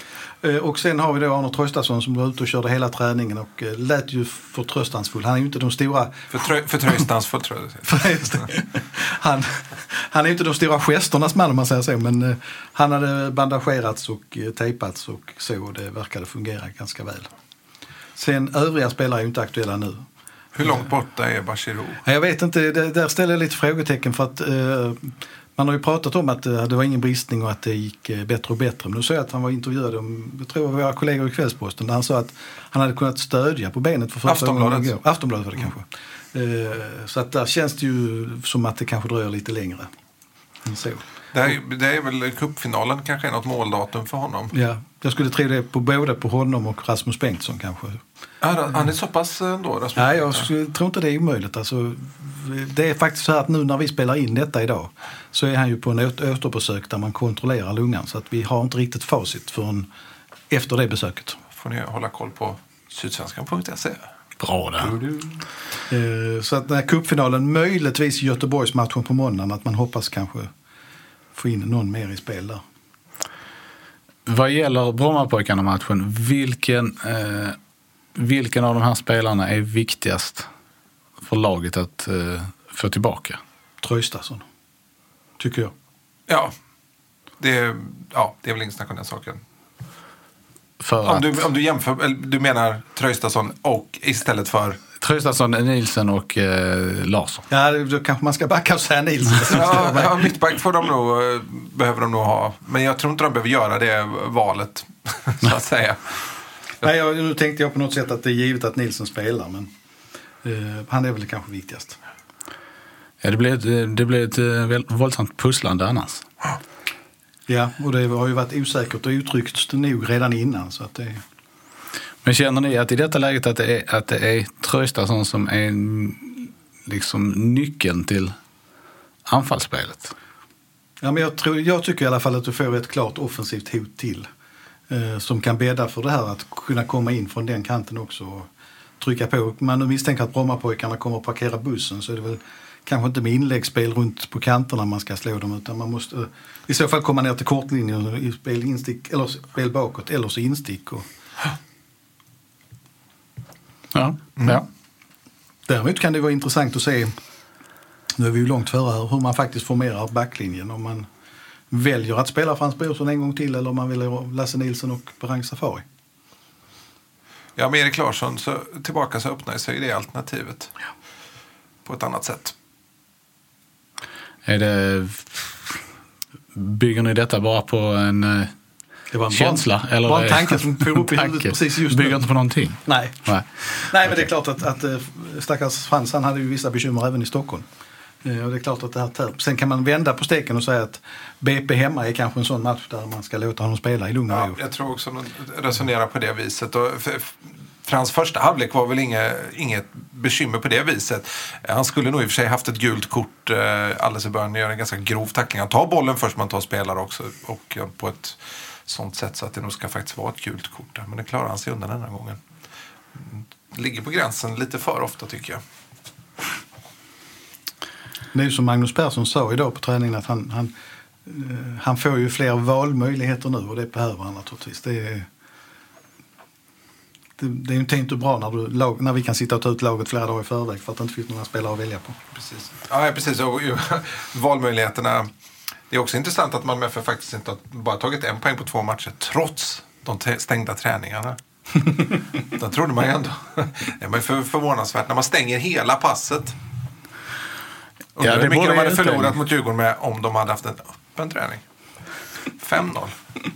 S5: Och sen har vi då Arne Traustason som var ute och körde hela träningen och lät ju förtröstansfull. Han är ju inte de stora...
S6: Förtrö- förtröstansfull tror jag.
S5: han, han är ju inte de stora gesternas man om man säger så, men han hade bandagerats och tejpats och så, och det verkade fungera ganska väl. Sen övriga spelare är ju inte aktuella nu.
S6: Hur långt borta är Bachirou?
S5: Jag vet inte, där ställer jag lite frågetecken för att eh, man har ju pratat om att det var ingen bristning och att det gick bättre och bättre. Men nu såg jag att han var intervjuad om, jag tror det var våra kollegor i Kvällsposten, där han sa att han hade kunnat stödja på benet för första
S6: Aftonbladet.
S5: gången. Aftonbladet var det kanske. Eh, så att där känns det ju som att det kanske dröjer lite längre. Så.
S6: Det är, det är väl cupfinalen kanske är något måldatum för honom.
S5: Ja, jag skulle tro det på både på honom och Rasmus Bengtsson kanske.
S6: Ja, han är så pass ändå, Rasmus.
S5: Nej, jag skulle, tror inte det är omöjligt. Alltså, det är faktiskt så här att nu när vi spelar in detta idag så är han ju på en återbesök där man kontrollerar lungan. Så att vi har inte riktigt facit förrän efter det besöket.
S6: Får ni hålla koll på sydsvenskan punkt se.
S4: Bra där.
S5: Så att den här cupfinalen, möjligtvis Göteborgsmatchen på måndagen, att man hoppas kanske få in någon mer i spel där.
S4: Vad gäller Brommapojkarna-matchen, vilken, eh, vilken av de här spelarna är viktigast för laget att eh, få tillbaka?
S5: Traustason, tycker jag.
S6: Ja, det är, ja, det är väl ingen snack om den saken.
S4: För
S6: om,
S4: att...
S6: du, om du jämför, eller du menar Traustason och istället för...
S4: Traustason, Nilsen och eh, Larsson.
S5: Ja, då kanske man ska backa och säga Nilsen.
S6: ja, ja, mittback får de nog, behöver de nog ha. Men jag tror inte de behöver göra det valet, så att säga.
S5: Nej, jag, nu tänkte jag på något sätt att det är givet att Nilsen spelar, men eh, han är väl kanske viktigast.
S4: Ja, det blir ett, det blir ett våldsamt pusslande annars.
S5: Ja, och det har ju varit osäkert och uttryckt nog redan innan. Så att det...
S4: Men känner ni att i detta läget att det är, att det är Traustason som är liksom nyckeln till anfallsspelet?
S5: Ja, men jag, tror, jag tycker i alla fall att du får ett klart offensivt hot till. Eh, som kan bädda för det här att kunna komma in från den kanten också och trycka på. Man nu misstänker att Brommapojkarna kommer att parkera bussen, så är det väl kanske inte med inläggsspel runt på kanterna man ska slå dem, utan man måste uh, i så fall komma ner till kortlinjen i spel, instick, eller spel bakåt eller så instick. Och...
S4: Ja, mm. ja.
S5: Däremot kan det vara intressant att se, nu är vi ju långt före här, hur man faktiskt formerar backlinjen. Om man väljer att spela Frans Brorsson en gång till eller om man väljer Lasse Nilsson och Berang Safari.
S6: Ja, med Erik Larsson så tillbaka så öppnar sig det alternativet ja. På ett annat sätt.
S4: Är det, bygger ni detta bara på en,
S5: det var en
S4: känsla?
S5: Barn,
S4: eller
S5: bara en tanke som får upp i huvudet precis just
S4: bygger
S5: nu.
S4: inte på någonting?
S5: Nej.
S4: Nej,
S5: Nej, men det är klart att, att stackars Frans, han hade ju vissa bekymmer även i Stockholm. Och det är klart att det här tär. Sen kan man vända på steken och säga att B P hemma är kanske en sån match där man ska låta honom spela i lugn och ro.
S6: Ja, jag tror också att man resonerar på det viset. Och Frans första halvlek var väl inget, inget bekymmer på det viset. Han skulle nog i och för sig haft ett gult kort eh, alldeles i början. Gör en ganska grov tackling. Han tar bollen först, man tar spelare också. Och på ett sånt sätt så att det nog ska faktiskt vara ett gult kort där. Men det klarar han sig undan den här gången. Ligger på gränsen lite för ofta tycker jag.
S5: Det är ju som Magnus Persson sa idag på träningen att han, han, han får ju fler valmöjligheter nu och det behöver han naturligtvis. Det är, det, det är ju inte inte bra när, du, lag, när vi kan sitta och ta ut laget flera dagar i förväg för att det inte finns några spelare att välja på.
S6: Precis. Ja, precis. Och, och, valmöjligheterna. Det är också intressant att Malmö F F faktiskt inte har bara tagit en poäng på två matcher trots de t- stängda träningarna. Då trodde man ju ändå. Det är för, förvånansvärt när man stänger hela passet. Och ja, hur mycket de hade förlorat inte. Mot Djurgården med om de hade haft en öppen träning. fem noll.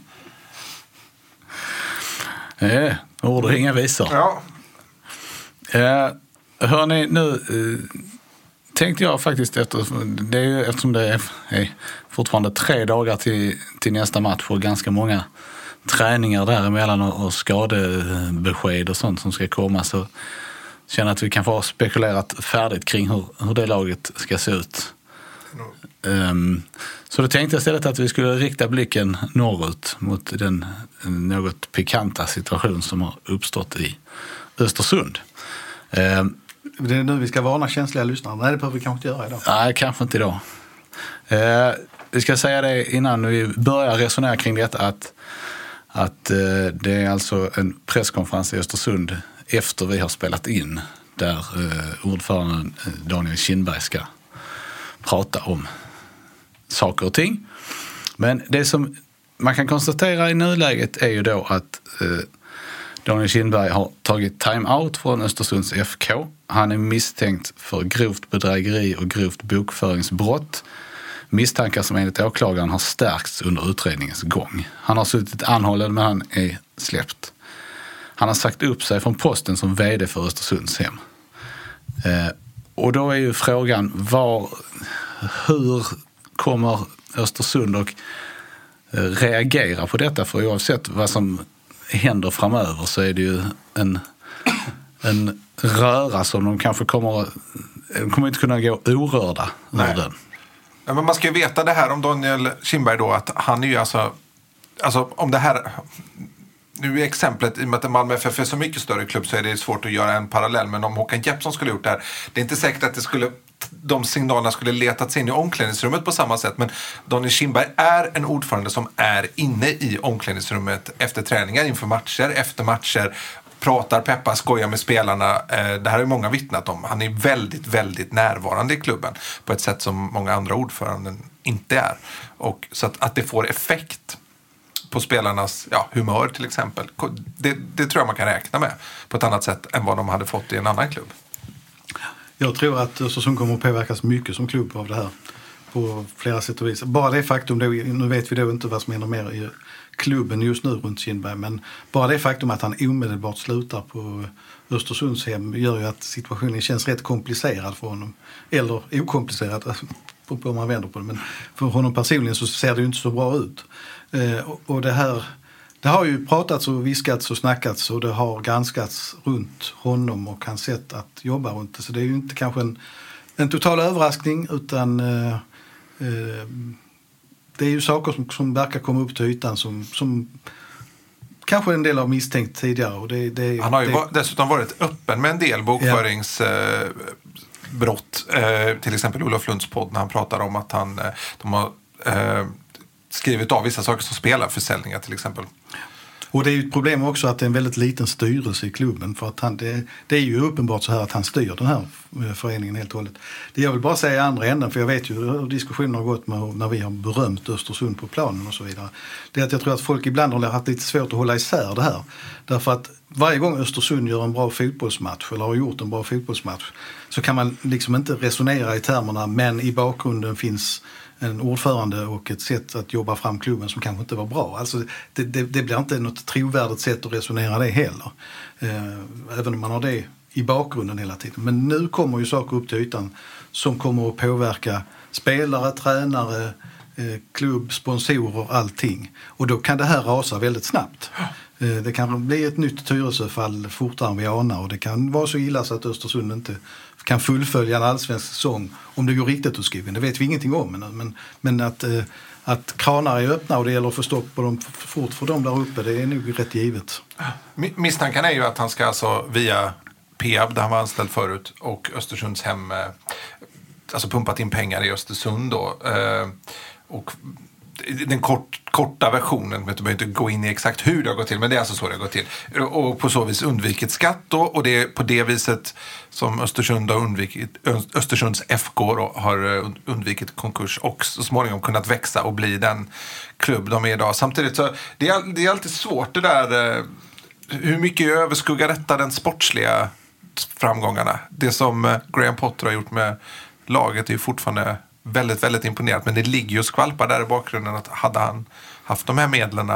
S4: Eh, ord och inga visor.
S6: Ja.
S4: Eh, hörni, nu eh, tänkte jag faktiskt efter, det är ju, eftersom det är, är fortfarande tre dagar till, till nästa match och ganska många träningar däremellan och, och skadebesked och sånt som ska komma, så känner att vi kan få spekulerat färdigt kring hur, hur det laget ska se ut. Um, så då tänkte jag istället att vi skulle rikta blicken norrut mot den något pikanta situation som har uppstått i Östersund. Um,
S5: det är nu vi ska varna känsliga lyssnare. Nej, det behöver vi kanske inte göra idag.
S4: Nej, kanske inte idag. Uh, vi ska säga det innan vi börjar resonera kring detta att att eh, det är alltså en presskonferens i Östersund efter vi har spelat in där eh, ordföranden Daniel Kindberg ska prata om saker och ting. Men det som man kan konstatera i nuläget är ju då att eh, Daniel Kindberg har tagit time-out från Östersunds F K. Han är misstänkt för grovt bedrägeri och grovt bokföringsbrott. Misstankar som enligt åklagaren har stärkts under utredningens gång. Han har suttit anhållen men han är släppt. Han har sagt upp sig från posten som vd för Östersunds hem. Eh, och då är ju frågan var, hur kommer Östersund och reagera på detta? För oavsett vad som händer framöver så är det ju en, en röra som de kanske kommer, de kommer inte kunna gå orörda ur den.
S6: Ja, men man ska ju veta det här om Daniel Kindberg då, att han är ju alltså, alltså om det här, nu är exemplet, i och med att Malmö F F är så mycket större klubb så är det svårt att göra en parallell, men om Håkan Jeppsson skulle gjort det här, det är inte säkert att det skulle, de signalerna skulle letats in i omklädningsrummet på samma sätt, men Daniel Kindberg är en ordförande som är inne i omklädningsrummet efter träningar, inför matcher, efter matcher, pratar, peppar, skojar med spelarna. Det här är många vittnat om. Han är väldigt, väldigt närvarande i klubben på ett sätt som många andra ordföranden inte är. Och så att, att det får effekt på spelarnas ja, humör till exempel, det, det tror jag man kan räkna med på ett annat sätt än vad de hade fått i en annan klubb.
S5: Jag tror att Östersund kommer att påverkas mycket som klubb av det här på flera sätt och vis. Bara det faktum, då, nu vet vi då inte vad som händer mer i klubben just nu runt Kindberg, men bara det faktum att han omedelbart slutar på Östersunds hem gör ju att situationen känns rätt komplicerad för honom. Eller okomplicerad, på hur man vänder på det. Men för honom personligen så ser det ju inte så bra ut. Eh, och, och det här, det har ju pratats och viskats och snackats och det har granskats runt honom och hans sätt att jobba runt det. Så det är ju inte kanske en, en total överraskning utan eh, eh, det är ju saker som, som verkar komma upp till ytan som, som kanske en del har misstänkt tidigare. Och det, det,
S6: han har ju
S5: det,
S6: var, dessutom varit öppen med en del bokföringsbrott. Ja. Eh, eh, till exempel Olof Lunds podd när han pratar om att han, eh, de har eh, skrivit av vissa saker som spelarförsäljningar till exempel.
S5: Och det är ju ett problem också att det är en väldigt liten styrelse i klubben. För att han, det, det är ju uppenbart så här att han styr den här föreningen helt och hållet. Det jag vill bara säga i andra änden, för jag vet ju hur diskussionen har gått med när vi har berömt Östersund på planen och så vidare. Det är att jag tror att folk ibland har haft lite svårt att hålla isär det här. Därför att varje gång Östersund gör en bra fotbollsmatch eller har gjort en bra fotbollsmatch så kan man liksom inte resonera i termerna men i bakgrunden finns en ordförande och ett sätt att jobba fram klubben som kanske inte var bra. Alltså det, det, det blir inte något trovärdigt sätt att resonera det heller. Eh, även om man har det i bakgrunden hela tiden. Men nu kommer ju saker upp till ytan som kommer att påverka spelare, tränare, eh, klubb, sponsorer, allting. Och då kan det här rasa väldigt snabbt. Eh, det kan bli ett nytt Tyresöfall fortare än vi anar och det kan vara så illa så att Östersund inte kan fullfölja en allsvensk säsong om det går riktigt åt skogen. Det vet vi ingenting om ännu. Men, men att, eh, att kranar är öppna och det gäller att få stopp på dem fort för dem där uppe, det är nog rätt givet.
S6: Misstanken är ju att han ska alltså via Peab där han var anställd förut och Östersunds hem eh, alltså pumpat in pengar i Östersund då. Eh, och den kort, korta versionen, vet du, behöver inte gå in i exakt hur det har gått till, men det är alltså så det har gått till. Och på så vis undvikit skatt då, och det är på det viset som Östersund har undvikit, Östersunds F K då, har undvikit konkurs och så småningom kunnat växa och bli den klubb de är idag. Samtidigt så, det är, det är alltid svårt det där, hur mycket överskuggar detta den sportsliga framgångarna. Det som Graham Potter har gjort med laget är ju fortfarande väldigt, väldigt imponerat. Men det ligger ju och skvalpar där i bakgrunden att hade han haft de här medlen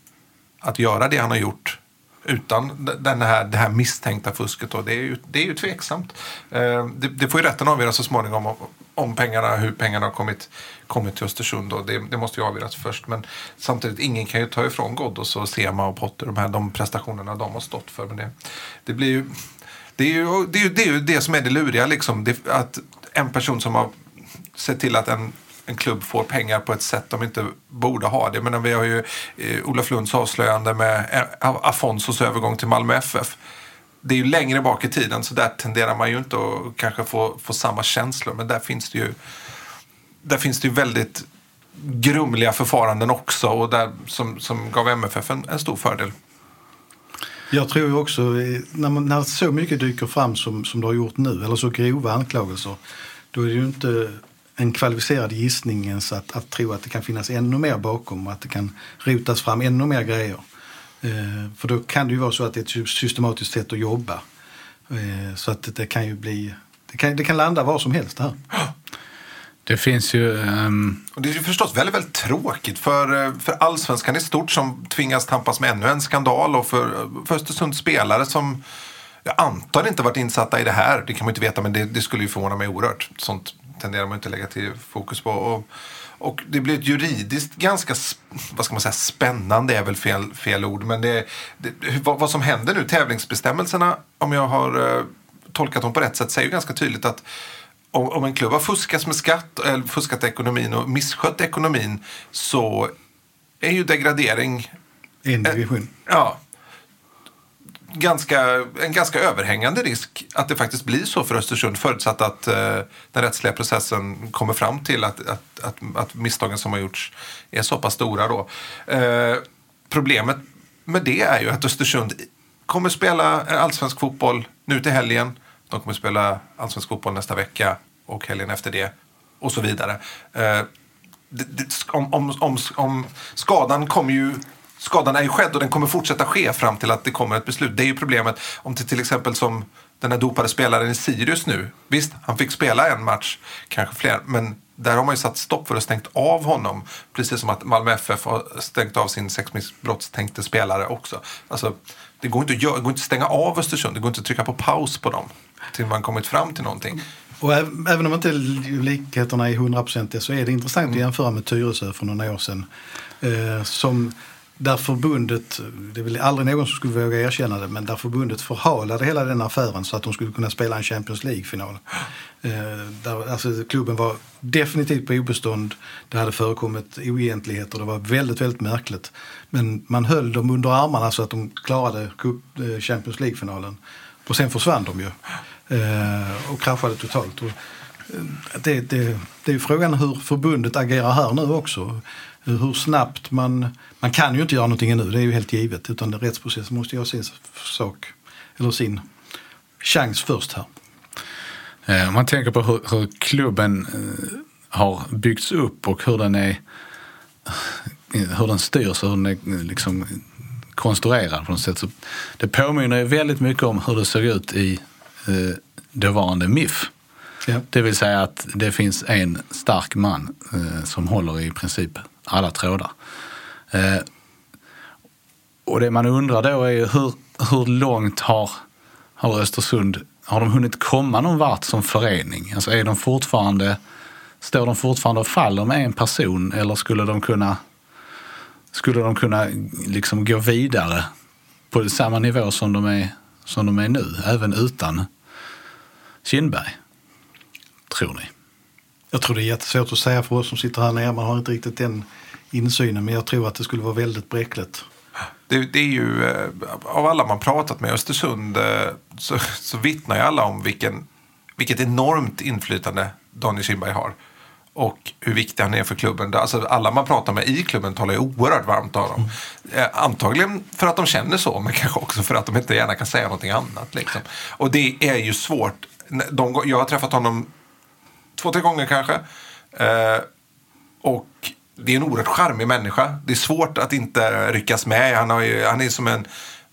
S6: att göra det han har gjort utan den här, det här misstänkta fusket då, det är ju, det är ju tveksamt. Eh, det, det får ju rätten avgöra så småningom om, om pengarna, hur pengarna har kommit, kommit till Östersund då. Det, det måste ju avgöras först. Men samtidigt, ingen kan ju ta ifrån Ghoddos och Sema och Potter de här de prestationerna de har stått för. Men det, det blir ju det är ju det, är ju, det, är ju det som är det luriga liksom. Det, att en person som har sett till att en, en klubb får pengar på ett sätt de inte borde ha det. Men vi har ju eh, Olof Lunds avslöjande med Afonsos övergång till Malmö F F. Det är ju längre bak i tiden så där tenderar man ju inte att kanske få, få samma känslor. Men där finns det ju, där finns det ju väldigt grumliga förfaranden också och där, som, som gav M F F en, en stor fördel.
S5: Jag tror ju också, när, man, när så mycket dyker fram som, som det har gjort nu, eller så grova anklagelser, då är det ju inte en kvalificerad gissning ens att, att tro att det kan finnas ännu mer bakom, att det kan rotas fram ännu mer grejer. Eh, för då kan det ju vara så att det är ett systematiskt sätt att jobba. Eh, så att det, det kan ju bli, det kan, det kan landa var som helst här.
S4: Det finns ju... Um...
S6: Och det är ju förstås väldigt, väldigt tråkigt för, för allsvenskan i stort som tvingas tampas med ännu en skandal och för, för Östersunds spelare som jag antar inte varit insatta i det här. Det kan man inte veta, men det, det skulle ju förvåna mig oerhört. Sånt tenderar man inte lägga till fokus på. Och, och det blir ett juridiskt ganska, vad ska man säga, spännande är väl fel, fel ord. Men det, det, vad, vad som händer nu, tävlingsbestämmelserna, om jag har uh, tolkat dem på rätt sätt, säger ju ganska tydligt att om, om en klubb har fuskat med skatt eller fuskat ekonomin och misskött ekonomin, så är ju degradering
S5: en division.
S6: Uh, ja. Ganska, en ganska överhängande risk att det faktiskt blir så för Östersund, förutsatt att eh, den rättsliga processen kommer fram till att, att, att, att misstagen som har gjorts är så pass stora då. Eh, problemet med det är ju att Östersund kommer spela allsvensk fotboll nu till helgen. De kommer spela allsvensk fotboll nästa vecka och helgen efter det och så vidare. Eh, det, det, om, om, om, om skadan kommer ju Skadan är ju skedd och den kommer fortsätta ske fram till att det kommer ett beslut. Det är ju problemet om det till exempel som den här dopade spelaren i Sirius nu. Visst, han fick spela en match, kanske fler, men där har man ju satt stopp för att stängt av honom. Precis som att Malmö F F har stängt av sin sexmissbrottstänkte spelare också. Alltså, det går inte att, göra, det går inte att stänga av Östersund, det går inte att trycka på paus på dem till man kommit fram till någonting.
S5: Och även om inte likheterna är hundra procent så är det intressant mm. att jämföra med Tyresö för några år sedan. Eh, som... Där förbundet, det är väl aldrig någon som skulle våga erkänna det, men där förbundet förhalade hela den affären så att de skulle kunna spela en Champions League-final. Eh, där, alltså, klubben var definitivt på obestånd, det hade förekommit oegentligheter, det var väldigt, väldigt märkligt. Men man höll dem under armarna så att de klarade Cup, eh, Champions League-finalen. Och sen försvann de ju eh, och kraschade totalt. Och, eh, det, det, det är ju frågan hur förbundet agerar här nu också. Hur snabbt man... Man kan ju inte göra någonting nu, det är ju helt givet. Utan den rättsprocessen måste göra sin sak, eller sin chans först här.
S4: Om man tänker på hur, hur klubben har byggts upp och hur den är... Hur den styrs och hur den är liksom konstruerad på något sätt. Så det påminner ju väldigt mycket om hur det såg ut i eh, dåvarande M I F. Ja. Det vill säga att det finns en stark man eh, som håller i princip alla trådar. Eh, och det man undrar då är ju hur, hur långt har, har Östersund, har de hunnit komma någon vart som förening? Alltså är de fortfarande, står de fortfarande och faller med en person eller skulle de kunna, skulle de kunna liksom gå vidare på samma nivå som de är, som de är nu, även utan Kindberg? Tror ni?
S5: Jag tror det är jättesvårt att säga för oss som sitter här nere. Man har inte riktigt den insynen, men jag tror att det skulle vara väldigt bräckligt.
S6: Det, det är ju, av alla man pratat med i Östersund så, så vittnar ju alla om vilken, vilket enormt inflytande Daniel Kindberg har. Och hur viktig han är för klubben. Alltså alla man pratar med i klubben talar ju oerhört varmt av dem. Mm. Antagligen för att de känner så, men kanske också för att de inte gärna kan säga någonting annat. Liksom. Och det är ju svårt. De, jag har träffat honom två, tre gånger kanske. Eh, och det är en oerhört charmig människa. Det är svårt att inte ryckas med. Han, har ju, han är som en,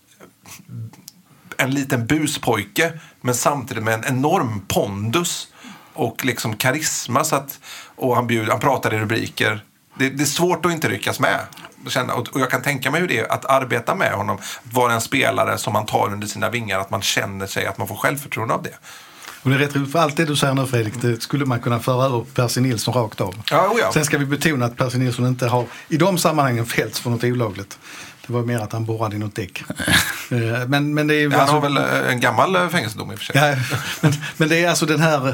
S6: en liten buspojke, men samtidigt med en enorm pondus och liksom karisma. Så att, och han, bjud, han pratar i rubriker. Det, det är svårt att inte ryckas med. Och jag kan tänka mig hur det är att arbeta med honom. Vara en spelare som man tar under sina vingar. Att man känner sig, att man får självförtroende av det.
S5: Och det är rätt roligt, för allt det du säger nu, Fredrik, det skulle man kunna föra över Percy Nilsson rakt av.
S6: Ja, oh ja.
S5: Sen ska vi betona att Percy Nilsson inte har i de sammanhangen fällts för något olagligt. Det var mer att han borrade i något däck. men, men det är,
S6: ja,
S5: alltså,
S6: han har väl en gammal fängelsedom i och för sig.
S5: Ja, men, men det är alltså den här...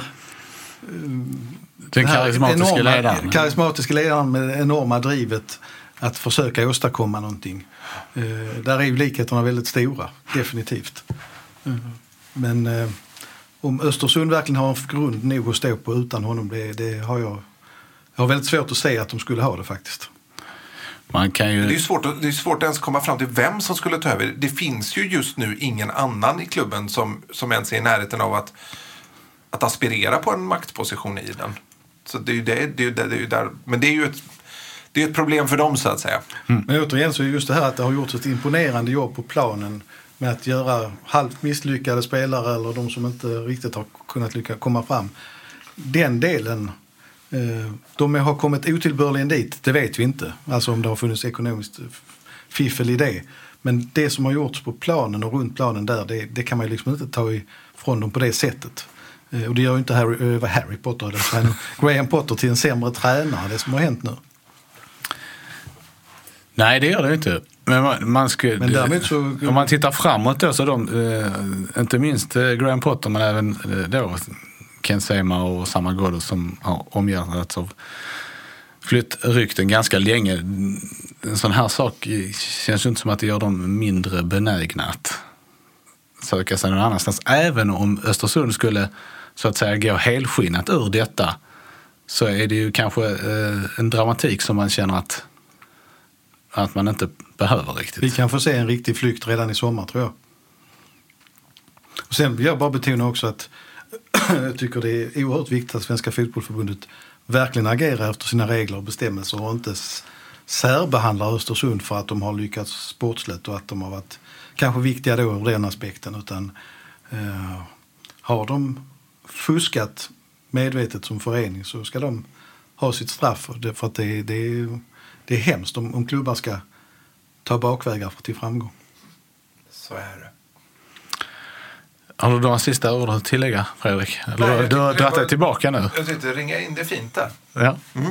S4: Den karismatiska enorma, ledaren.
S5: Karismatiska ledaren med enorma drivet att försöka åstadkomma någonting. Där är ju likheterna väldigt stora, definitivt. Men... Om Östersund verkligen har en grund nog att stå på utan honom, det, det har jag Jag har väldigt svårt att säga att de skulle ha det faktiskt.
S4: Man kan ju...
S6: Det är svårt att, det är svårt att ens komma fram till vem som skulle ta över. Det finns ju just nu ingen annan i klubben som, som ens är i närheten av att, att aspirera på en maktposition i den. Så det är ju det, det, är, det, är ju där. Men det är ju ett, det är ett problem för dem så att säga.
S5: Mm. Men återigen så är just det här att det har gjorts ett imponerande jobb på planen med att göra halvt misslyckade spelare eller de som inte riktigt har kunnat lyckas komma fram. Den delen, eh, de har kommit otillbörligen dit, det vet vi inte. Alltså om det har funnits ekonomiskt fiffel i det. Men det som har gjorts på planen och runt planen där, det, det kan man ju liksom inte ta ifrån dem på det sättet. Eh, och det gör ju inte Harry, äh, Harry Potter, det, Graham Potter till en sämre tränare, det som har hänt nu.
S4: Nej, det gör det inte. Men, man, man skulle,
S5: men däremot så...
S4: om man tittar framåt då, så de, eh, inte minst eh, Graham Potter, men även eh, då Ken Sema och Sam Ghoddos som har omgärdats av flyttrykten ganska länge. En sån här sak känns ju inte som att det gör dem mindre benägna att söka sig någon annanstans. Även om Östersund skulle så att säga gå helskinnat ur detta, så är det ju kanske eh, en dramatik som man känner att att man inte behöver riktigt.
S5: Vi kan få se en riktig flykt redan i sommar, tror jag. Och sen vill jag bara betona också att jag tycker det är oerhört viktigt att Svenska Fotbollförbundet verkligen agerar efter sina regler och bestämmelser och inte särbehandlar Östersund för att de har lyckats sportsligt och att de har varit kanske viktiga då ur den aspekten, utan eh, har de fuskat medvetet som förening så ska de ha sitt straff, för att det, det är Det är hemskt om, om klubbar ska ta bakvägar till framgång.
S6: Så är det.
S4: Har du några sista ord att tillägga, Fredrik? Eller
S6: Nej,
S4: du har dragit dig tillbaka nu.
S6: Jag tänkte ringa in det fint där.
S4: Ja. Mm.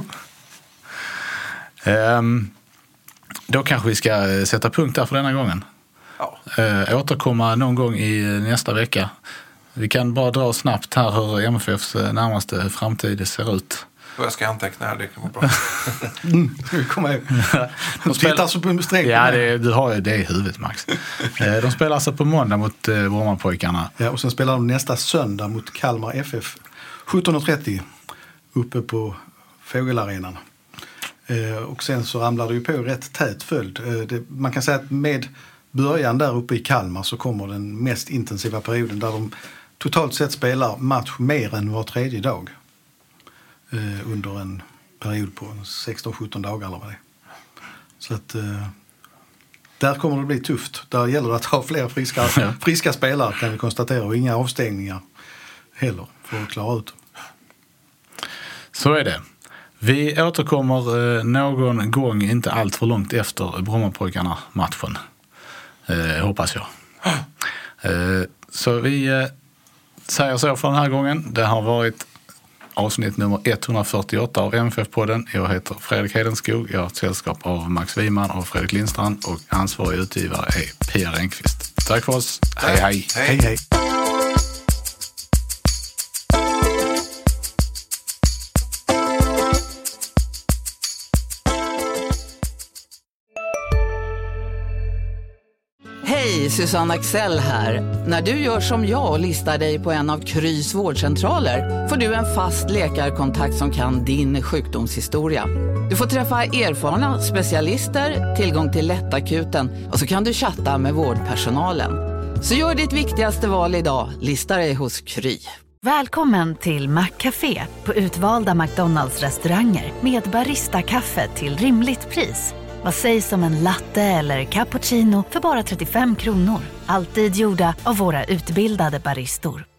S4: Um, då kanske vi ska sätta punkt där för denna gången.
S6: Ja.
S4: Uh, återkomma någon gång i nästa vecka. Vi kan bara dra snabbt här hur M F F:s närmaste framtid ser ut.
S6: Och jag ska anteckna här, det kan vara bra.
S5: mm, ska vi komma ihåg. De spelar alltså på streck.
S4: Ja, det, du har ju det i huvudet, Max. De spelar alltså på måndag mot eh, Brommapojkarna.
S5: Ja, och sen spelar de nästa söndag mot Kalmar F F. sjutton och trettio uppe på Fågelarenan. Eh, och sen så ramlar det ju på rätt tät följd. Eh, det, man kan säga att med början där uppe i Kalmar så kommer den mest intensiva perioden där de totalt sett spelar match mer än var tredje dag. Eh, under en period på sexton sjutton dagar eller vad det är. Så att eh, där kommer det bli tufft. Där gäller det att ha fler friska, ja. friska spelare, kan vi konstatera, och inga avstängningar heller för att klara ut.
S4: Så är det. Vi återkommer eh, någon gång inte allt för långt efter Brommapojkarna-matchen. Eh, hoppas jag. Eh, så vi eh, säger så för den här gången. Det har varit avsnitt nummer etthundrafyrtioåtta av M F F-podden. Jag heter Fredrik Hedenskog. Jag har ett sällskap av Max Wiman och Fredrik Lindstrand, och ansvarig utgivare är Pia Rehnqvist. Tack för oss. Hej hej.
S5: Hej hej.
S9: Hej, Susanne Axel här. När du gör som jag och listar dig på en av Krys vårdcentraler får du en fast läkarkontakt som kan din sjukdomshistoria. Du får träffa erfarna specialister, tillgång till lättakuten och så kan du chatta med vårdpersonalen. Så gör ditt viktigaste val idag, lista dig hos Kry.
S1: Välkommen till Maccafé på utvalda McDonalds restauranger med Barista-kaffe till rimligt pris. Vad sägs om en latte eller cappuccino för bara trettiofem kronor? Alltid gjorda av våra utbildade baristor.